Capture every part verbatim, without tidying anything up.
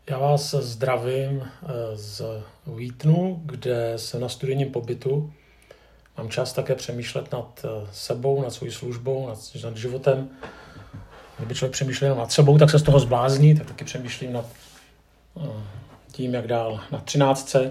Já vás zdravím z Wheatonu, kde jsem na studijním pobytu. Mám čas také přemýšlet nad sebou, nad svou službou, nad, nad životem. Kdyby člověk přemýšlel nad sebou, tak se z toho zblázní, tak taky přemýšlím nad tím, jak dál na třináctce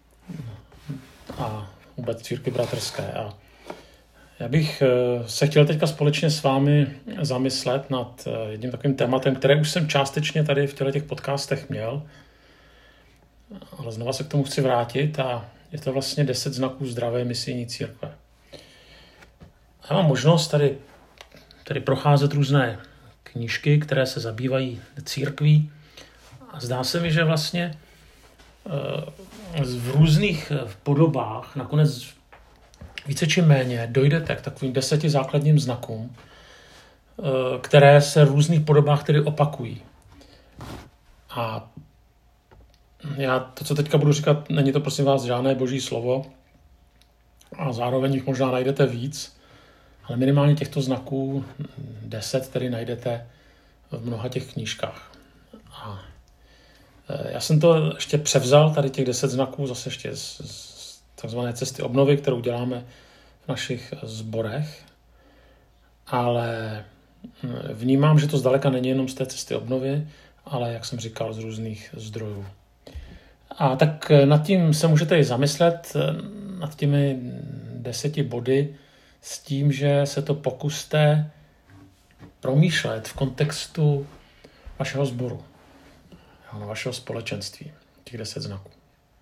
a vůbec církvi bratrské. A já bych se chtěl teďka společně s vámi zamyslet nad jedním takovým tématem, které už jsem částečně tady v těchto těch podcastech měl, ale znova se k tomu chci vrátit a je to vlastně deset znaků zdravé misijní církve. Já mám možnost tady, tady procházet různé knížky, které se zabývají církví a zdá se mi, že vlastně v různých podobách nakonec více či méně dojdete k takovým deseti základním znakům, které se v různých podobách tedy opakují. A já to, co teďka budu říkat, není to prosím vás žádné boží slovo a zároveň jich možná najdete víc, ale minimálně těchto znaků deset tedy najdete v mnoha těch knížkách. A já jsem to ještě převzal, tady těch deset znaků, zase ještě z, z takzvané cesty obnovy, kterou děláme v našich sborech, ale vnímám, že to zdaleka není jenom z té cesty obnovy, ale, jak jsem říkal, z různých zdrojů. A tak nad tím se můžete i zamyslet, nad těmi deseti body, s tím, že se to pokuste promýšlet v kontextu vašeho sboru, vašeho společenství, těch deset znaků.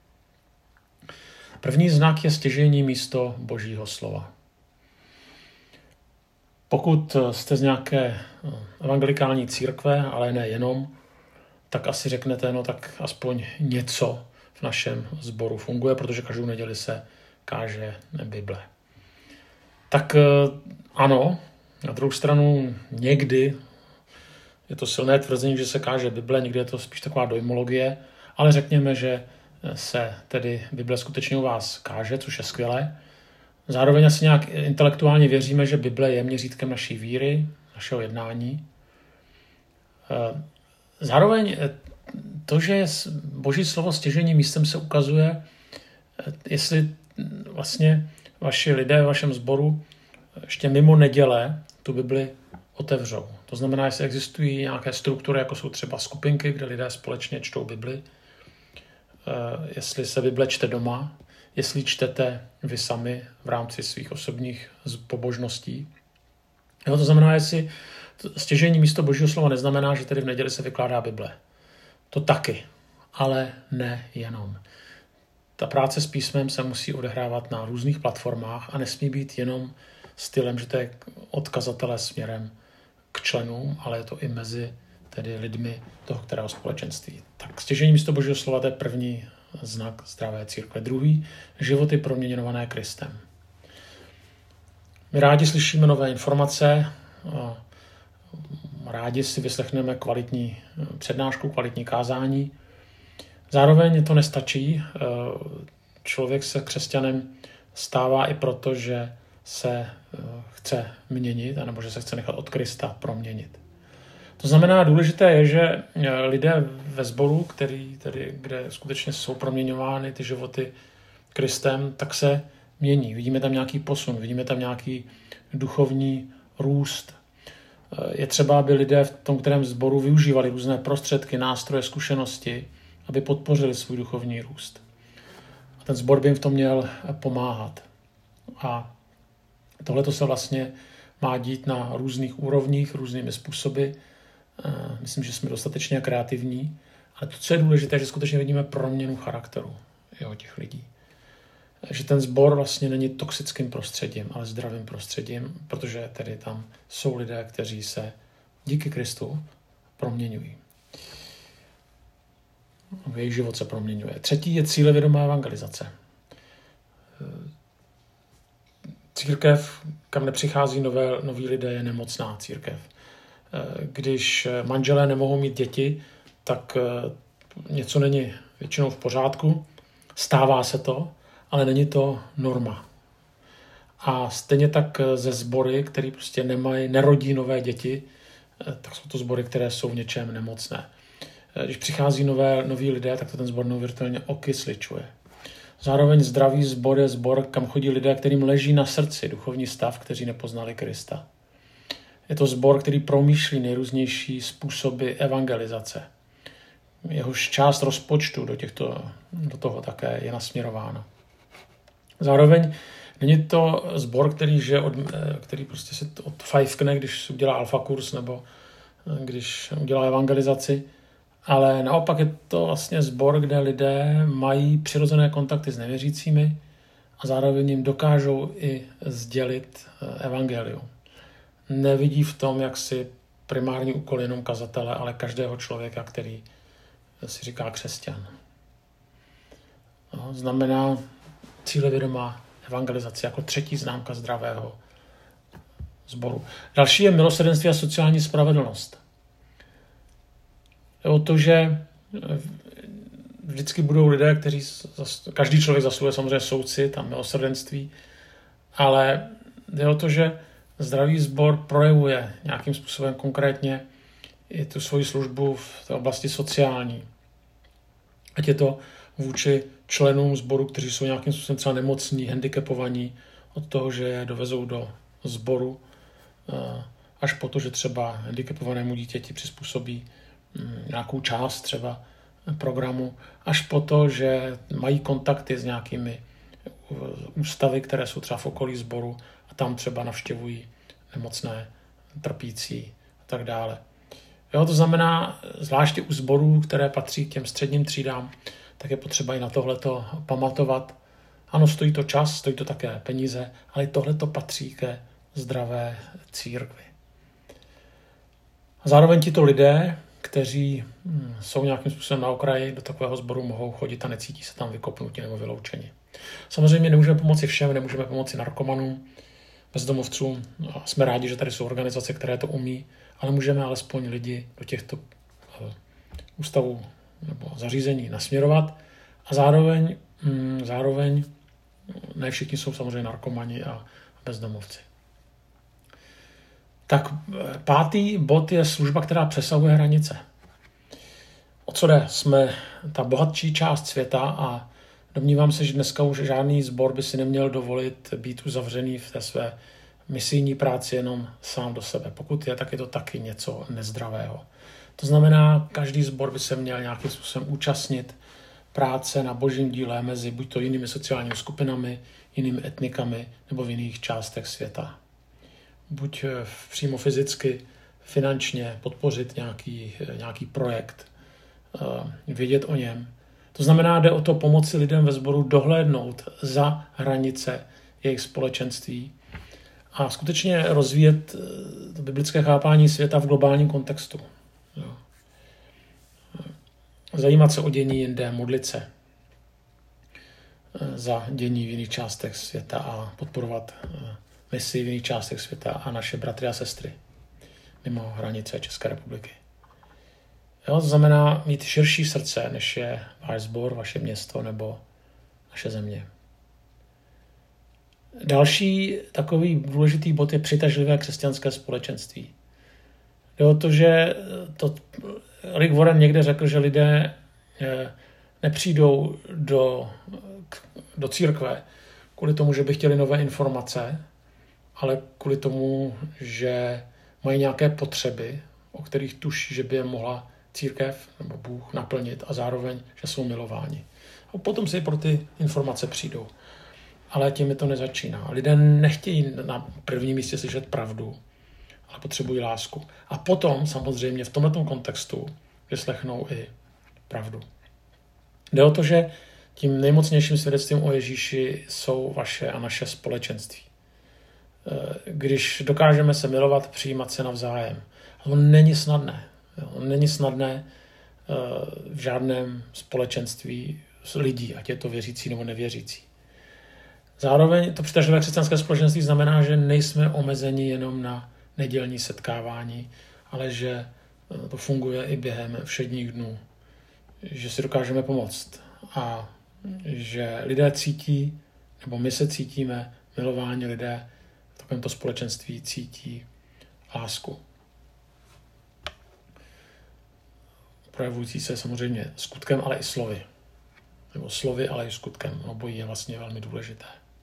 První znak je stěžejní místo Božího slova. Pokud jste z nějaké evangelikální církve, ale ne jenom, tak asi řeknete, no tak aspoň něco v našem sboru funguje, protože každou neděli se káže Bible. Tak ano, na druhou stranu někdy je to silné tvrzení, že se káže Bible, někdy je to spíš taková dojmologie, ale řekněme, že se tedy Bible skutečně u vás káže, což je skvělé. Zároveň asi nějak intelektuálně věříme, že Bible je měřítkem naší víry, našeho jednání. Zároveň to, že je Boží slovo stěžejním místem, se ukazuje, jestli vlastně vaši lidé v vašem sboru ještě mimo neděle tu Bibli otevřou. To znamená, jestli existují nějaké struktury, jako jsou třeba skupinky, kde lidé společně čtou Bibli, jestli se Bible čte doma, jestli čtete vy sami v rámci svých osobních pobožností. Jo, to znamená, jestli stěžejní místo Božího slova neznamená, že tedy v neděli se vykládá Bible. To taky, ale ne jenom. Ta práce s písmem se musí odehrávat na různých platformách a nesmí být jenom stylem, že to je od kazatele směrem k členům, ale je to i mezi tedy lidmi toho kterého společenství. Tak stěžejní místo Božího slova, to je první znak zdravé církve. Druhý, životy proměňované Kristem. My rádi slyšíme nové informace, rádi si vyslechneme kvalitní přednášku, kvalitní kázání. Zároveň to nestačí. Člověk se křesťanem stává i proto, že se chce měnit, nebo že se chce nechat od Krista proměnit. To znamená, důležité je, že lidé ve sboru, který, tedy, kde skutečně jsou proměňovány ty životy Kristem, tak se mění. Vidíme tam nějaký posun, vidíme tam nějaký duchovní růst. Je třeba, aby lidé v tom kterém sboru využívali různé prostředky, nástroje, zkušenosti, aby podpořili svůj duchovní růst. A ten sbor by jim v tom měl pomáhat. A tohle se vlastně má dít na různých úrovních, různými způsoby. Myslím, že jsme dostatečně kreativní. Ale to, co je důležité, že skutečně vidíme proměnu charakteru jo, těch lidí. Že ten sbor vlastně není toxickým prostředím, ale zdravým prostředím, protože tedy tam jsou lidé, kteří se díky Kristu proměňují. Jejich život se proměňuje. Třetí je cílevědomá evangelizace. Církev, kam nepřichází nové, noví lidé, je nemocná církev. Když manželé nemohou mít děti, tak něco není většinou v pořádku. Stává se to, ale není to norma. A stejně tak ze sbory, které prostě nemají, nerodí nové děti, tak jsou to sbory, které jsou v něčem nemocné. když přichází nové, noví lidé, tak to ten sbor neuvěřitelně okysličuje. Zároveň zdravý sbor je sbor, kam chodí lidé, kterým leží na srdci duchovní stav, kteří nepoznali Krista. Je to sbor, který promýšlí nejrůznější způsoby evangelizace. Jehož část rozpočtu do, těchto, do toho také je nasměrována. Zároveň není to sbor, který, že od, který prostě se odfajfkne, když udělá alfa kurz nebo když udělá evangelizaci, ale naopak je to vlastně sbor, kde lidé mají přirozené kontakty s nevěřícími a zároveň jim dokážou i sdělit evangelium. Nevidí v tom, jak si primární úkol jenom kazatele, ale každého člověka, který si říká křesťan. No, znamená cílevědomá evangelizace jako třetí známka zdravého sboru. Další je milosrdenství a sociální spravedlnost. Je o to, že vždycky budou lidé, kteří, každý člověk zasluje samozřejmě soucit a milosrdenství, ale je o to, že zdravý sbor projevuje nějakým způsobem konkrétně i tu svoji službu v té oblasti sociální. Ať je to vůči členům sboru, kteří jsou nějakým způsobem třeba nemocní, handicapovaní, od toho, že je dovezou do sboru, až po to, že třeba handicapovanému dítěti přizpůsobí nějakou část třeba programu, až po to, že mají kontakty s nějakými ústavy, které jsou třeba v okolí sboru a tam třeba navštěvují nemocné, trpící a tak dále. Jo, to znamená, zvláště u sborů, které patří k těm středním třídám, tak je potřeba i na tohleto pamatovat. Ano, stojí to čas, stojí to také peníze, ale i tohleto patří ke zdravé církvi. A zároveň tito lidé, kteří jsou nějakým způsobem na okraji, do takového sboru mohou chodit a necítí se tam vykopnutí nebo vyloučeni. Samozřejmě nemůžeme pomoci všem, nemůžeme pomoci narkomanům, bezdomovcům. Jsme rádi, že tady jsou organizace, které to umí, ale můžeme alespoň lidi do těchto ústavů nebo zařízení nasměrovat a zároveň, zároveň ne všichni jsou samozřejmě narkomani a bezdomovci. Tak pátý bod je služba, která přesahuje hranice. O co jde? Jsme ta bohatší část světa a domnívám se, že dneska už žádný sbor by si neměl dovolit být uzavřený v té své misijní práci jenom sám do sebe. Pokud je, tak je to taky něco nezdravého. To znamená, každý sbor by se měl nějakým způsobem účastnit práce na božím díle mezi buď to jinými sociálními skupinami, jinými etnikami nebo v jiných částech světa. Buď přímo fyzicky, finančně podpořit nějaký, nějaký projekt, vědět o něm. To znamená, jde o to pomoci lidem ve sboru dohlédnout za hranice jejich společenství a skutečně rozvíjet to biblické chápání světa v globálním kontextu. Zajímat se o dění jinde, modlit se za dění v jiných částech světa a podporovat misi v jiných částech světa a naše bratry a sestry mimo hranice České republiky. Jo, to znamená mít širší srdce, než je váš sbor, vaše město nebo naše země. Další takový důležitý bod je přitažlivé křesťanské společenství. Jde o to, že to, Rick Warren někde řekl, že lidé nepřijdou do, do církve kvůli tomu, že by chtěli nové informace, ale kvůli tomu, že mají nějaké potřeby, o kterých tuší, že by je mohla církev nebo Bůh naplnit a zároveň, že jsou milováni. A potom si pro ty informace přijdou. Ale tím to nezačíná. Lidé nechtějí na prvním místě slyšet pravdu, ale potřebují lásku. A potom samozřejmě v tomto kontextu vyslechnou i pravdu. Jde o to, že tím nejmocnějším svědectvím o Ježíši jsou vaše a naše společenství. Když dokážeme se milovat, přijímat se navzájem. To není snadné. Není snadné v žádném společenství lidí, ať je to věřící nebo nevěřící. Zároveň to přitažlivé křesťanské společenství znamená, že nejsme omezeni jenom na nedělní setkávání, ale že to funguje i během všedních dnů. Že si dokážeme pomoct a že lidé cítí, nebo my se cítíme, milování lidé v takovémto společenství cítí lásku. projevující se samozřejmě skutkem, ale i slovy. Nebo slovy, ale i skutkem. Obojí je vlastně velmi důležité.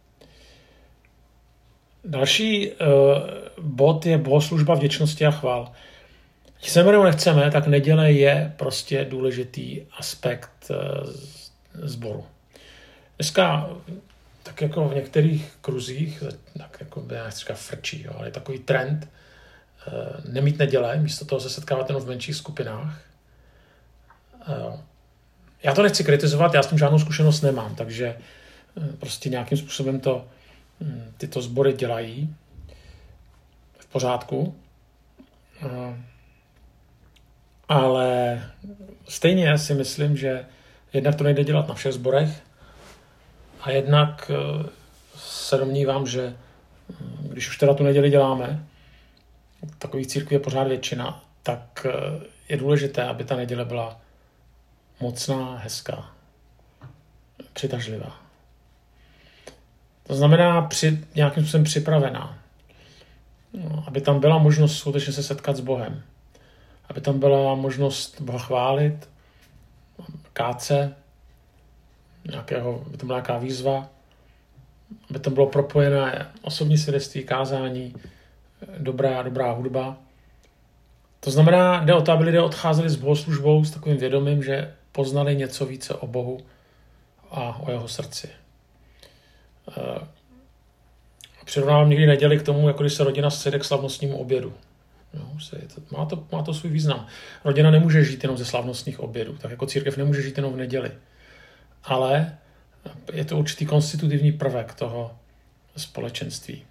Další uh, bod je bohoslužba vděčnosti a chvál. Chceme nebo nechceme, tak neděle je prostě důležitý aspekt uh, sboru. Dneska, tak jako v některých kruzích, tak jako by já říkám frčí, jo, ale je takový trend uh, nemít neděle, místo toho se setkávat jenom v menších skupinách. Uh, já to nechci kritizovat, já s tím žádnou zkušenost nemám, takže uh, prostě nějakým způsobem to tyto sbory dělají v pořádku, ale stejně si myslím, že jednak to nejde dělat na všech sborech a jednak se domnívám, že když už teda tu neděli děláme, takových církví je pořád většina, tak je důležité, aby ta neděle byla mocná, hezká, přitažlivá. To znamená při, nějakým způsobem připravená. No, aby tam byla možnost skutečně se setkat s Bohem. Aby tam byla možnost Boha chválit, káce, nějakého, aby tam byla nějaká výzva, aby tam bylo propojené osobní svědectví, kázání, dobrá, dobrá hudba. To znamená, jde o to, aby lidé odcházeli s bohoslužbou s takovým vědomím, že poznali něco více o Bohu a o jeho srdci. Přirovnávám někdy neděli k tomu, jako když se rodina sejde k slavnostnímu obědu. Jo, má, to, má to svůj význam. Rodina nemůže žít jenom ze slavnostních obědů, tak jako církev nemůže žít jenom v neděli. Ale je to určitý konstitutivní prvek toho společenství.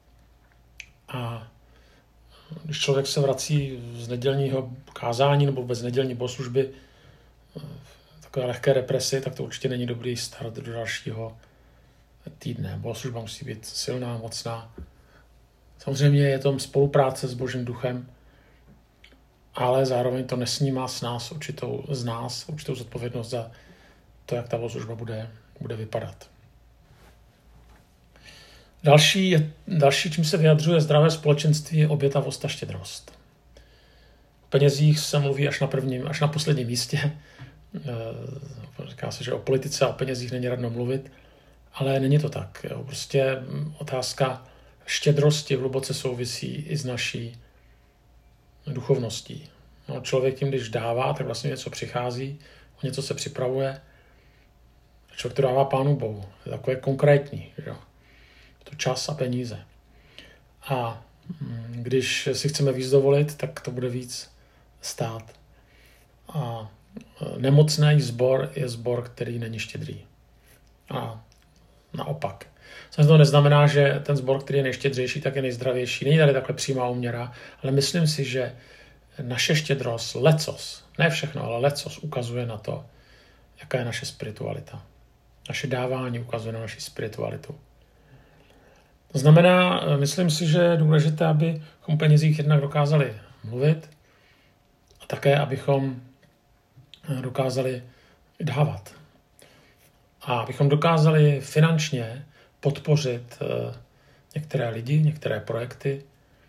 A když člověk se vrací z nedělního kázání nebo bez nedělní bohoslužby v takové lehké represi, tak to určitě není dobrý start do dalšího týdne. Bohoslužba musí být silná, mocná. Samozřejmě je to spolupráce s Božím duchem, ale zároveň to nesnímá s nás určitou, z nás určitou zodpovědnost za to, jak ta bohoslužba bude, bude vypadat. Další, další, čím se vyjadřuje zdravé společenství, je obětavost a štědrost. O penězích se mluví až na prvním, až na posledním místě. Říká se, že o politice a o penězích není radno mluvit, ale není to tak. Jo. Prostě otázka štědrosti hluboce souvisí i s naší duchovností. No, člověk tím, když dává, tak vlastně něco přichází, o něco se připravuje. Člověk to dává Pánu Bohu. Je takové konkrétní. Jo. To čas a peníze. A když si chceme víc dovolit, tak to bude víc stát. A nemocný sbor je sbor, který není štědrý. A naopak. Samozřejmě to neznamená, že ten sbor, který je nejštědřejší, tak je nejzdravější. Není tady takhle přímá úměra, ale myslím si, že naše štědrost, lecos, ne všechno, ale lecos ukazuje na to, jaká je naše spiritualita. Naše dávání ukazuje na naši spiritualitu. To znamená, myslím si, že je důležité, abychom o penězích jednak dokázali mluvit a také, abychom dokázali dávat. A abychom dokázali finančně podpořit některé lidi, některé projekty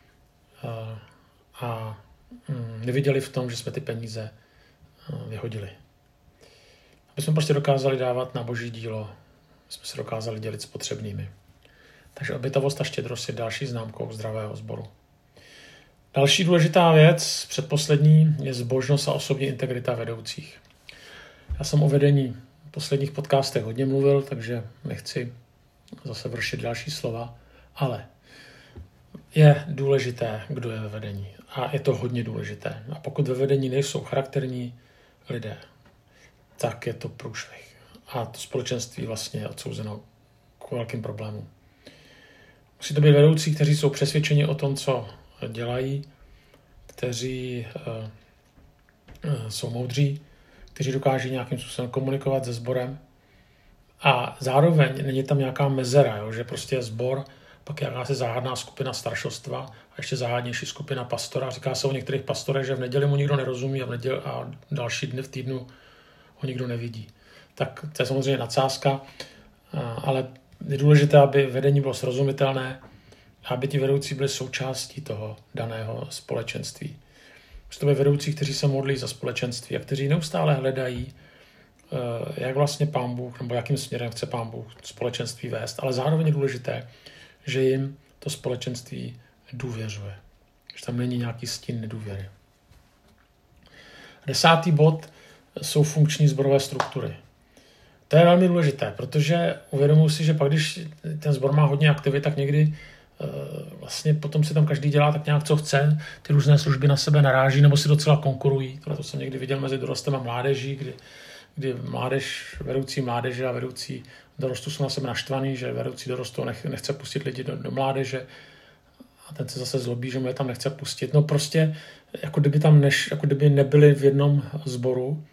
a neviděli v tom, že jsme ty peníze vyhodili. Aby jsme prostě dokázali dávat na Boží dílo, aby jsme se dokázali dělit s potřebnými. Takže obětavost a štědrost je další známkou zdravého sboru. Další důležitá věc, předposlední, je zbožnost a osobní integrita vedoucích. Já jsem o vedení v posledních podcastech hodně mluvil, takže nechci zase vršit další slova, ale je důležité, kdo je ve vedení. A je to hodně důležité. A pokud ve vedení nejsou charakterní lidé, tak je to průšvih. A to společenství vlastně je odsouzeno k velkým problémům. Musí to být vedoucí, kteří jsou přesvědčeni o tom, co dělají, kteří uh, uh, jsou moudří, kteří dokáží nějakým způsobem komunikovat se sborem a zároveň není tam nějaká mezera, jo, že prostě je sbor, pak je jakási záhadná skupina staršostva a ještě záhadnější skupina pastora. Říká se o některých pastorech, že v neděli mu nikdo nerozumí a, v neděli, a další dny v týdnu ho nikdo nevidí. Tak to je samozřejmě nadsázka, ale je důležité, aby vedení bylo srozumitelné a aby ti vedoucí byli součástí toho daného společenství. ústavy vedoucí, kteří se modlí za společenství a kteří neustále hledají, jak vlastně Pán Bůh, nebo jakým směrem chce Pán Bůh společenství vést, ale zároveň je důležité, že jim to společenství důvěřuje. Že tam není nějaký stín nedůvěry. Desátý bod jsou funkční sborové struktury. To je velmi důležité, protože uvědomuji si, že pak, když ten sbor má hodně aktivit, tak někdy vlastně potom si tam každý dělá tak nějak, co chce, ty různé služby na sebe naráží nebo si docela konkurují. Tohle to jsem někdy viděl mezi dorostem a mládeží, kdy, kdy mládež, vedoucí mládeže a vedoucí dorostu jsou na sebe naštvaný, že vedoucí dorostu nechce pustit lidi do, do mládeže a ten se zase zlobí, že mu je tam nechce pustit. No prostě, jako kdyby tam neš, jako kdyby nebyli v jednom sboru.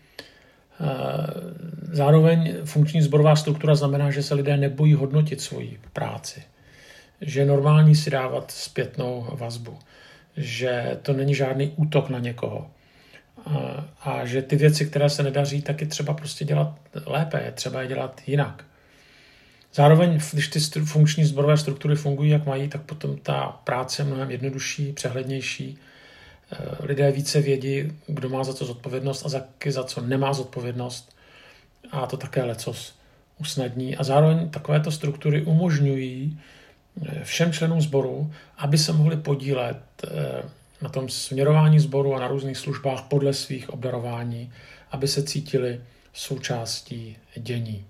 Zároveň funkční sborová struktura znamená, že se lidé nebojí hodnotit svoji práci. Že je normální si dávat zpětnou vazbu. Že to není žádný útok na někoho. A, a že ty věci, které se nedaří, tak je třeba prostě dělat lépe, je třeba je dělat jinak. Zároveň, když ty funkční sborové struktury fungují, jak mají, tak potom ta práce je mnohem jednodušší, přehlednější. Lidé více vědí, kdo má za co zodpovědnost a za, za co nemá zodpovědnost. A to také lecos usnadní. A zároveň takovéto struktury umožňují všem členům sboru, aby se mohli podílet na tom směrování sboru a na různých službách podle svých obdarování, aby se cítili součástí dění.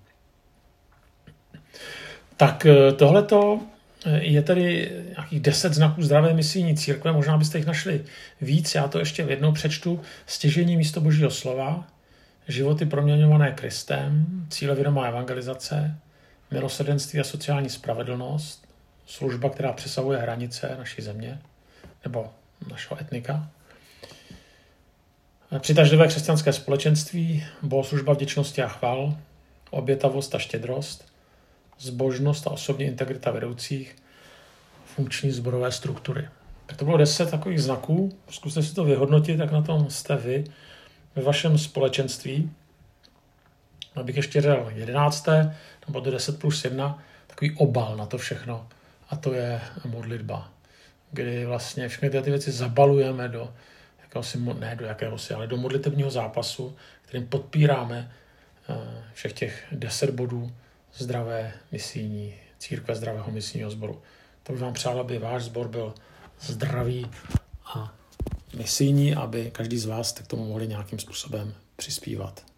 Tak tohleto je tady nějakých deset znaků zdravé misijní církve, možná byste jich našli víc, já to ještě jednou přečtu. Stěžejní místo Božího slova, životy proměňované Kristem, cílevědomá evangelizace, milosrdenství a sociální spravedlnost, služba, která přesahuje hranice naší země nebo našeho etnika, přitažlivé křesťanské společenství, bohoslužba vděčnosti a chval, obětavost a štědrost, zbožnost a osobní integrita vedoucích, funkční sborové struktury. Tak to bylo deset takových znaků. Zkuste si to vyhodnotit, jak na tom jste vy ve vašem společenství. Abych ještě řekl jedenácté, nebo do deset plus jedna, takový obal na to všechno. A to je modlitba, kdy vlastně všechny ty věci zabalujeme do jakéhosi, ne do jakéhosi, ale do modlitebního zápasu, kterým podpíráme všech těch deset bodů zdravé misijní církve, zdravého misijního sboru. To bych vám přál, aby váš sbor byl zdravý a misijní, aby každý z vás k tomu mohli nějakým způsobem přispívat.